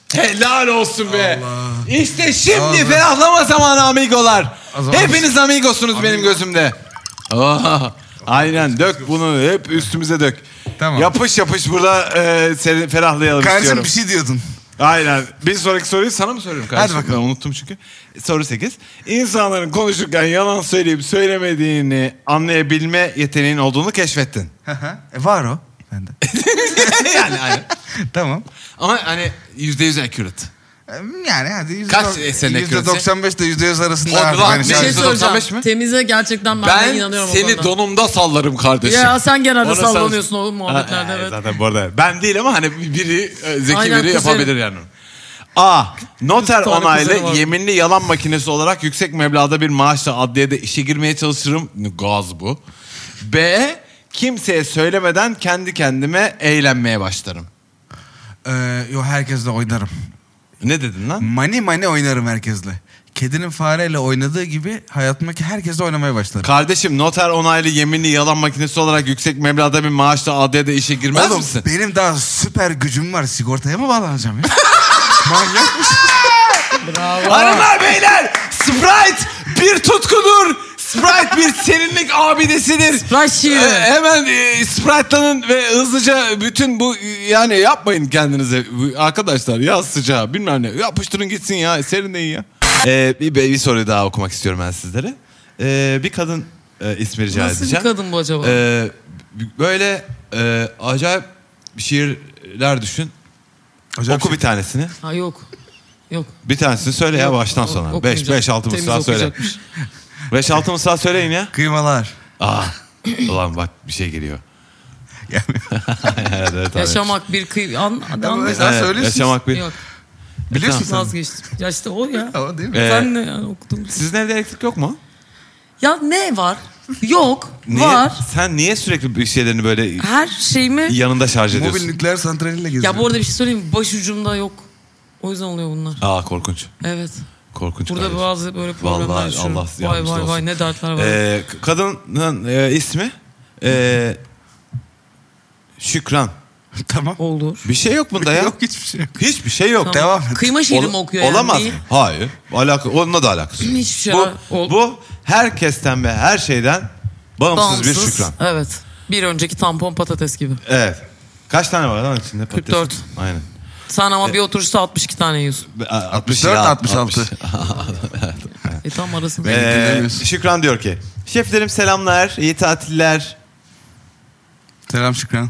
Helal olsun be. Allah. İşte şimdi Allah. ferahlama zamanı amigolar. O zaman- Hepiniz amigosunuz Amigo. benim gözümde. Oh, aynen dök bunu hep üstümüze dök. Tamam. Yapış yapış burada e, seni ferahlayalım Kardeşim istiyorum. bir şey diyordun. Aynen. Bir sonraki soruyu sana mı soruyorum kardeşim? Hadi bakalım. Ben unuttum çünkü. Soru sekiz. İnsanların konuşurken yalan söyleyip söylemediğini anlayabilme yeteneğin olduğunu keşfettin. e var o. Bende. yani aynen. Tamam. Ama hani yüzde yüz accurate. Yani hadi yüzde Kaç dok- senin yüzde doksan beş ile yüzde yüz arasında. Hadi artık. lan, Hani bir Bir şarkı- şey yüzde doksan beş söyleyeceğim. mi? Temize gerçekten ben, de Ben inanıyorum o seni konuda. donumda sallarım kardeşim. Ya sen genelde Onu sen- sallanıyorsun o muhabbetlerde, Ha, evet. Zaten bu arada ben değil ama hani biri e, zeki Aynen, biri kuzenim. yapabilir yani. A. Noter Bir tane onaylı kuzenim var. yeminli yalan makinesi olarak yüksek meblağda bir maaşla adliyede işe girmeye çalışırım. Gaz bu. B. Kimseye söylemeden kendi kendime eğlenmeye başlarım. Ee, yo herkesle oynarım. Ne dedin lan? Mani mani oynarım herkesle. Kedinin fareyle oynadığı gibi hayatımdaki herkesle oynamaya başlarım. Kardeşim noter onaylı yeminli yalan makinesi olarak yüksek meblağda bir maaşla adliyede işe girmez Oğlum misin? benim daha süper gücüm var. Sigortaya mı bağlanacağım ya? Manyak mısın? Bravo. Hanımlar beyler Sprite bir tutkudur. Sprite bir serinlik abidesidir. Sprite şiiri. Ee, hemen e, Sprite'lanın ve hızlıca bütün bu e, yani yapmayın kendinize Bu- arkadaşlar yaz sıcağı bilmem ne yapıştırın gitsin ya serinleyin ya. Ee, bir, bir soruyu daha okumak istiyorum ben sizlere. Ee, bir kadın e, ismi rica Nasıl bir edeceğim. kadın bu acaba? Ee, böyle e, acayip şiirler düşün. Acayip Oku şey. bir tanesini. Ha yok. Yok. Bir tanesini söyle ya Yok, baştan o- sona. beş okumayacağım. beş altı Temiz mısra söyle. okuyacakmış. beş altı mısra söyleyin ya. Kıymalar. Aa. Ulan bak bir şey geliyor. Gelmiyor. evet, evet, abi. Yaşamak bir kıy... An, hadi anla. Sen Evet, söylüyorsun. yaşamak bir. Yok. Biliyorsun sen. Vazgeçtim. Ya işte o ya. O değil mi? Ee, Ben de yani okudum. Sizin evde elektrik yok mu? Ya ne var? Yok. Niye, Var. Sen niye sürekli bir şeylerini böyle Her şeyimi... yanında şarj ediyorsun? Mobil nükleer santraliyle geziyor. Ya bu arada bir şey söyleyeyim mi? Başucumda yok. O yüzden oluyor bunlar. Aa korkunç. Evet. Korkunç Burada kardeşim. bazı böyle problemler Vallahi yaşıyorum. Allah Vay yardımcısı vay olsun. vay ne dertler var. Ee, k- kadının e, ismi e, Şükran. Tamam. Olur. Bir şey yok bunda ya. Yok hiçbir şey yok. Hiçbir şey yok. Tamam. Devam et. Kıyma şiiri Ol- mi okuyor yani? Olamaz Neyi? mı? Hayır. Alaka, onunla da alakası yok. Hiçbir şey. Bu, Ol- bu herkesten ve her şeyden bağımsız, bir Bağımsız. şükran. Evet. Bir önceki tampon patates gibi. Evet. Kaç tane var lan içinde patates? kırk dört. Aynen. Sen ama bir oturuşta altmış iki tane yiyorsun. altmış dört, ya, altmış altı. E tam arasında. Ben- Ee, Dinlemiyorsun. Şükran diyor ki şeflerim selamlar, iyi tatiller. Selam Şükran.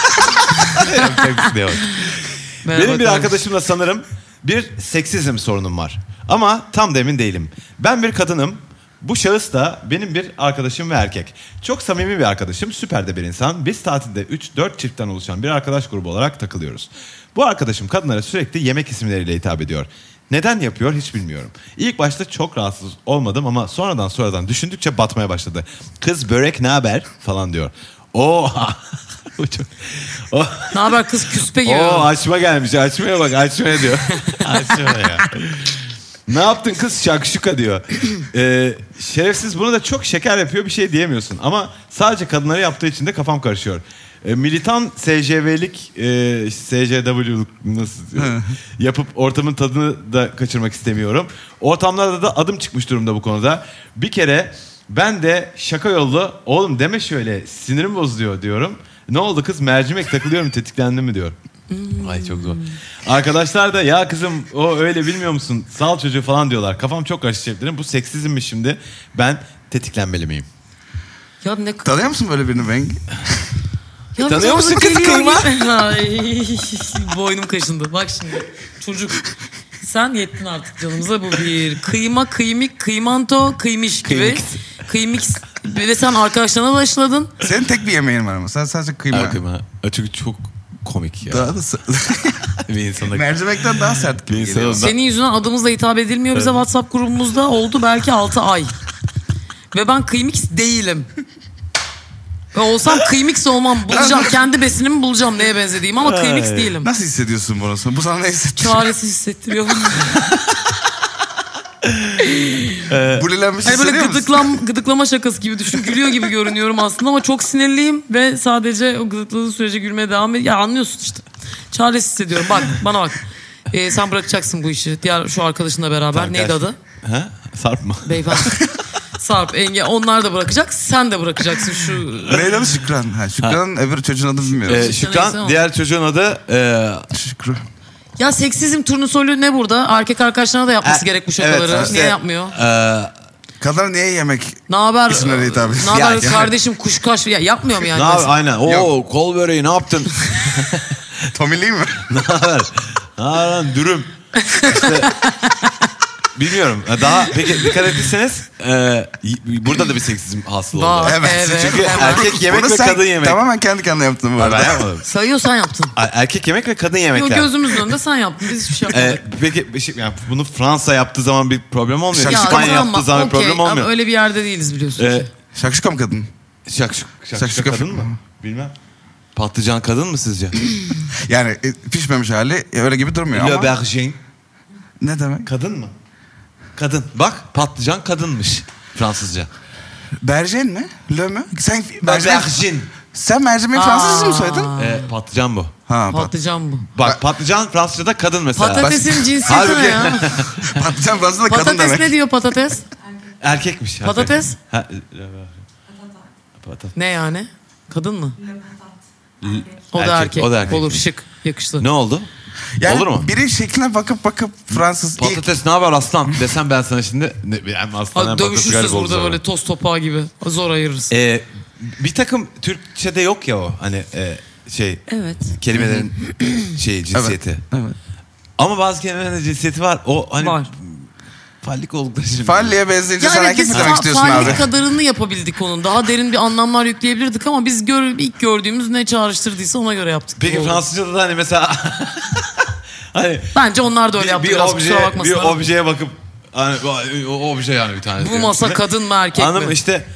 diyor. Merhaba Benim bir kardeşim. arkadaşımla sanırım bir seksizm sorunum var. Ama tam da emin değilim. Ben bir kadınım. Bu şahıs da benim bir arkadaşım ve erkek. Çok samimi bir arkadaşım, süper de bir insan. Biz tatilde üç dört çiftten oluşan bir arkadaş grubu olarak takılıyoruz. Bu arkadaşım kadınlara sürekli yemek isimleriyle hitap ediyor. Neden yapıyor hiç bilmiyorum. İlk başta çok rahatsız olmadım ama sonradan sonradan düşündükçe batmaya başladı. Kız börek ne haber falan diyor. Oo. Bu çok... O... Ne haber kız küspe gibi. Oo açma gelmiş. Açmaya bak açmaya diyor. Açmaya. Ne yaptın kız şakşuka diyor. Ee, şerefsiz bunu da çok şeker yapıyor bir şey diyemiyorsun. Ama sadece kadınlara yaptığı için de kafam karışıyor. Ee, militan S C V'lik e, S C W'luk nasıl yapıp ortamın tadını da kaçırmak istemiyorum. Ortamlarda da adım çıkmış durumda bu konuda. Bir kere ben de şaka yollu oğlum deme şöyle sinirim bozuluyor diyorum. Ne oldu kız mercimek takılıyorum tetiklendim mi diyor. Ay çok zor. Arkadaşlar da ya kızım o öyle bilmiyor musun? Sal çocuğu falan diyorlar. Kafam çok karıştı şeflerim. Bu seksizm mi şimdi? Ben tetiklenmeli miyim? Ya ne Tanıyor musun böyle birini Bengi? Ya Tanıyor biz musun orada kız geliyor kıyma? gibi- Ay, boynum kaşındı. Bak şimdi çocuk. Sen yettin artık canımıza bu bir. Kıyma, kıymik, kıymanto, kıymış gibi. Kıymix. Kıymix. Ve sen arkadaşlarına da aşıladın. Senin tek bir yemeğin var ama. Sen sadece kıyma. Arkama. Çünkü çok komik ya. Daha da s- bir insana... mercimekten daha sert gibi Bir geliyor. insana- Senin yüzünden adımızla hitap edilmiyor bize WhatsApp grubumuzda. Oldu belki altı ay. Ve ben kıymix değilim. Ve olsam kıymix olmam. Bulacağım. Kendi besinimi bulacağım neye benzediğim ama kıymix Ay. değilim. Nasıl hissediyorsun bunu? Bu sana ne hissettiriyor? Çaresiz hissettiriyor. Bulilenmiş Hani böyle hissediyor musun? gıdıklam, gıdıklama şakası gibi düşün. Gülüyor gibi görünüyorum aslında ama çok sinirliyim ve sadece o gıdıkladığı sürece gülmeye devam ediyor. Ya anlıyorsun işte. Çaresiz hissediyorum. Bak bana bak. Ee, sen bırakacaksın bu işi. Diğer şu arkadaşınla beraber. Tamam, Neydi gel. adı? Ha? Sarp mı? Beyefendi. Sarp, Enge. Onlar da bırakacak. Sen de bırakacaksın şu... Neydi adı? Şükran. Ha, Şükran'ın öbür çocuğun adını bilmiyorum. Ee, neyse Şükran, ama. diğer çocuğun adı... E, Şükran. Ya seksizm turnusolu ne burada? Erkek arkadaşlarına da yapması E, gerek bu şakaları. evet, işte- Niye yapmıyor? e, Kadına niye yemek? Ne haber? İsimlere hitap ediyor. Ne haber Ya- kardeşim kuşkaş? Ya yapmıyor mu yani? ne haber? mesela? Aynen. Oo, Yok. kol böreği ne yaptın? Tommy Lee mi? Ne haber? Ne haber lan dürüm? İşte, bilmiyorum. Daha peki dikkat ettiyseniz e, y- burada da bir seksizm hasıl oldu. Var, Evet, evet. Çünkü hemen. erkek yemek Onu ve sen kadın yemek. Tamamen kendi kendine yaptın bu Ha, arada. ben yapmadım. Sayıyor sen yaptın. A- Erkek yemek ve kadın Yok yemekler. gözümüzün önünde sen yaptın. Biz hiçbir şey yapmadık. E, peki bir şey- yani bunu Fransa yaptığı zaman bir problem olmuyor. Ya, İspanya tamam yaptığı ama zaman bir okey, problem ama olmuyor. öyle bir yerde değiliz biliyorsun. E, ki. Şakşuka mı kadın? şakşuk, şakşuka Şakşuka kadın film mı? mi? Bilmem. Patlıcan kadın mı sizce? Yani e, pişmemiş hali e, öyle gibi durmuyor Le ama. Bergin. Ne demek? Kadın mı? Kadın. Bak patlıcan kadınmış Fransızca. Berjen mi? Le mi? Sen Le mercimek, Bergin. sen mercimek Aa. Fransızca mı söyledin? E, patlıcan bu. Ha, pat, Patlıcan bu. Bak patlıcan Fransızca'da kadın mesela. Patatesin cinsiyeti Halbuki- ne ya? patlıcan Fransızca kadın Patates demek. ne diyor patates? Erkekmiş. erkek. Patates? Ha, patates. Ne yani? Kadın mı? O da Erkek, erkek. o da erkek. Olur şık. Yakıştı. Ne oldu? Yani Olur mu? biri şekline bakıp bakıp Fransız ilk Patates ne haber aslan desem ben sana şimdi ne, hem aslan hem Hadi patates dövüşürsünüz garip oldu burada sonra. böyle toz topağı gibi. Zor ayırırız. Ee, bir takım Türkçe'de yok ya o hani e, şey Evet. kelimelerin şey cinsiyeti. Evet. Ama bazı kelimelerin cinsiyeti var. O hani Var. fallik oldukları için. Falliye benzeyince sen Yani erkek biz mi demek fa- istiyorsun fallik abi? kadarını yapabildik onun. Daha derin bir anlamlar yükleyebilirdik ama biz gör, ilk gördüğümüz ne çağrıştırdıysa ona göre yaptık. Peki Oldu. Fransızca'da da hani mesela hani Bence onlar da öyle bir, yaptı bir biraz obje kusura bakmasın. bir objeye bakıp hani o, o obje yani bir tane. Bu masa kadın mı erkek Anladın mı? mi? İşte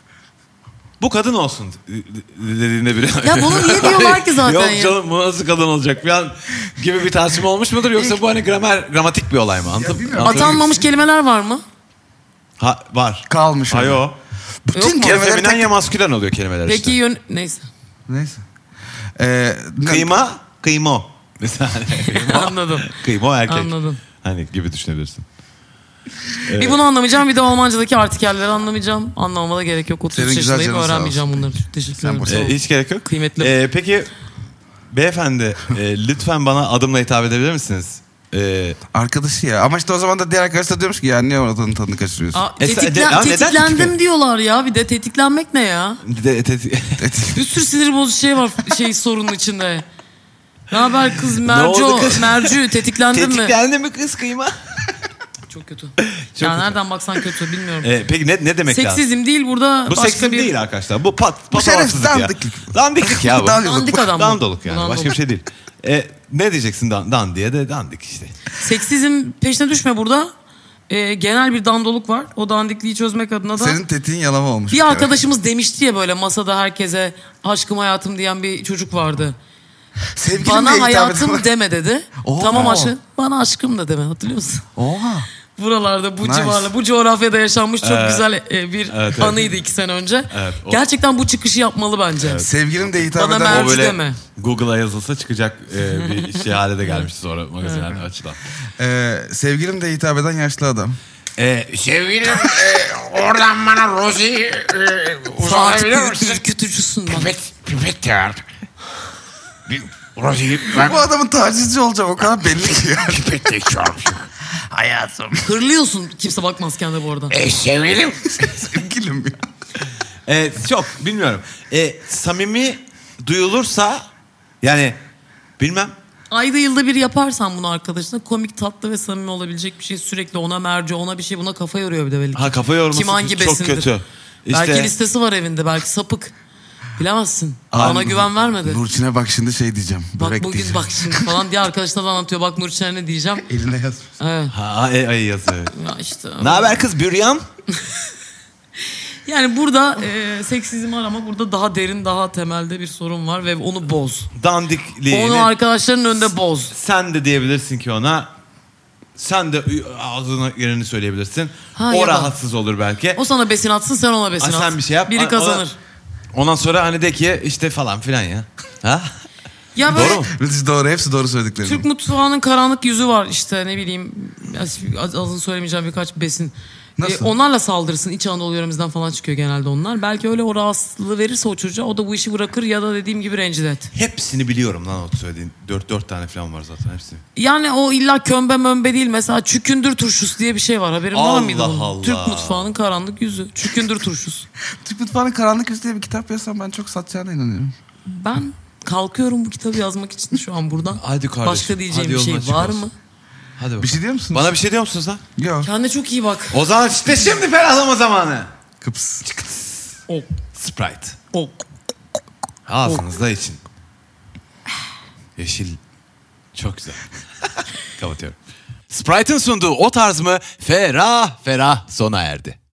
bu kadın olsun dediğinde biri. Ya bunu niye diyorlar ki zaten Yok ya? canım bu nasıl kadın olacak falan gibi bir tartışma olmuş mudur yoksa bu hani gramer gramatik bir olay mı? Anladın mı? Anladın mı? Atanmamış kelimeler var mı? Ha, var. Kalmış Ha öyle. yo. Yok Bütün mu? Ya kelimeleri feminen tek... ya maskülen oluyor kelimeler Peki işte. yön... Neyse. Neyse. Ee, ne- Kıyma, kıymo. Mesela kıymo, Anladım. kıymo erkek. Anladım. Hani gibi düşünebilirsin. Bir bunu anlamayacağım bir de Almancadaki artikelleri anlamayacağım. Anlamama da gerek yok. otuz Senin üç güzel yaşındayım canın sağ öğrenmeyeceğim bunları. Teşekkür Sen ederim. boş- Sağ Ee, olun. hiç gerek yok. Kıymetli. Ee, peki beyefendi e, lütfen bana adımla hitap edebilir misiniz? Ee, Arkadaşı ya. Ama işte o zaman da diğer arkadaş da diyormuş ki ya niye oradan tadını kaçırıyorsun? Aa, Esa- tetiklen- de- ya neden tetiklendim tetiklen- diyorlar ya. Bir de tetiklenmek ne ya? de, de, Bir sürü sinir bozucu şey var şey sorunun içinde. Ne haber kız oldu Merco, kız? Mercü tetiklendin mi? tetiklendi mi kız kıyma? Çok kötü. Çok ya kötü. nereden baksan kötü bilmiyorum. Ee, peki ne, ne demek lazım? Seksizm değil burada Bu başka seksizm bir... değil arkadaşlar. Bu pat, Bu şerefsiz patavatsızlık ya. dandiklik. Dandiklik ya bu. Dandiklik. Dandik adam bu. Dandoluk yani. Dandik. Başka bir şey değil. Ee, ne diyeceksin dan, dan diye de dandik işte. Seksizm peşine düşme burada. Ee, genel bir dandoluk var. O dandikliği çözmek adına da... Senin tetiğin yalama olmuş. Bir kere. arkadaşımız demişti ya böyle masada herkese aşkım hayatım diyen bir çocuk vardı. Sevgilim diye Bana hitap hayatım edin. deme dedi. Oo. Tamam aşkım bana aşkım da deme hatırlıyor musun? Oha. Buralarda bu Nice. civarda bu coğrafyada yaşanmış çok Evet. güzel e, bir Evet, evet. anıydı iki sene önce. Evet, o- Gerçekten bu çıkışı yapmalı bence. Sevgilim de hitap Bana eden... Merci O böyle deme. Google'a yazılsa çıkacak e, bir şey hale de gelmişti sonra magazinlerden açıdan. Ee, sevgilim de hitap eden yaşlı adam. Ee, Sevgilim e, oradan bana Rozi'yi e, uzatabilir Saat misin? ürkütücüsün bak. Pipet, pipet ya. Bir Rozi'yi ben Bu adamın tacizci olacak o kadar belli ki ya. pipetle çarpıyor. Hayatım. Hırlıyorsun kimse bakmazken de bu arada. E, sevgilim. Sevgilim ya. e, çok bilmiyorum. E, samimi duyulursa yani bilmem. Ayda yılda bir yaparsan bunu arkadaşına komik tatlı ve samimi olabilecek bir şey sürekli ona merci ona bir şey buna kafa yoruyor bir de belli ki. Ha kafa yorması Kim hangi çok besindir? kötü. Belki İşte listesi var evinde belki sapık. Bilemezsin. Aa, Ona güven vermedi. Nurçin'e bak şimdi şey diyeceğim. Bak Börek bugün diyeceğim. bak şimdi falan diye arkadaşına da anlatıyor. Bak Nurçin'e ne diyeceğim. Eline yazmış. Evet. ha e, ay yazıyor. Ya işte. Ne haber kız Büryan? Yani burada e, seksizm var ama burada daha derin daha temelde bir sorun var ve onu boz. Dandikliğini. Onu arkadaşların önünde boz. Sen de diyebilirsin ki ona. Sen de ağzına yerini söyleyebilirsin. Ha, o ya da- rahatsız olur belki. O sana besin atsın sen ona besin Ha, at. sen bir şey yap. Biri Ona- kazanır. Ondan sonra hani de ki işte falan filan ya. Ha? Ya böyle Doğru mu? Müthiş doğru. Hepsi doğru söylediklerim. Türk mutfağının karanlık yüzü var işte ne bileyim. az- Azın söylemeyeceğim birkaç besin. Nasıl? Ee, onlarla saldırırsın. İç Anadolu yöremizden falan çıkıyor genelde onlar. Belki öyle o rahatsızlığı verirse o çocuğa o da bu işi bırakır ya da dediğim gibi rencide et. Hepsini biliyorum lan o söylediğin. Dört, dört tane falan var zaten hepsini. Yani o illa kömbe mömbe değil. Mesela çükündür turşusu diye bir şey var. Haberin var mıydı Allah bunun? Allah. Türk mutfağının karanlık yüzü. Çükündür turşusu. Türk mutfağının karanlık yüzü diye bir kitap yazsam ben çok satacağına inanıyorum. Ben kalkıyorum bu kitabı yazmak için şu an buradan. Hadi kardeşim, Başka diyeceğim hadi bir şey yolun açık var olsun. mı? Hadi bakalım. Bir şey diyor musunuz? Bana bir şey diyor musunuz lan? Yok. Kendine çok iyi bak. O zaman işte şimdi ferahlama zamanı. Kıps. Ok, Sprite. ok. Ağzınızda için. Yeşil. Çok güzel. Kapatıyorum. Sprite'ın sunduğu o tarz mı ferah ferah sona erdi.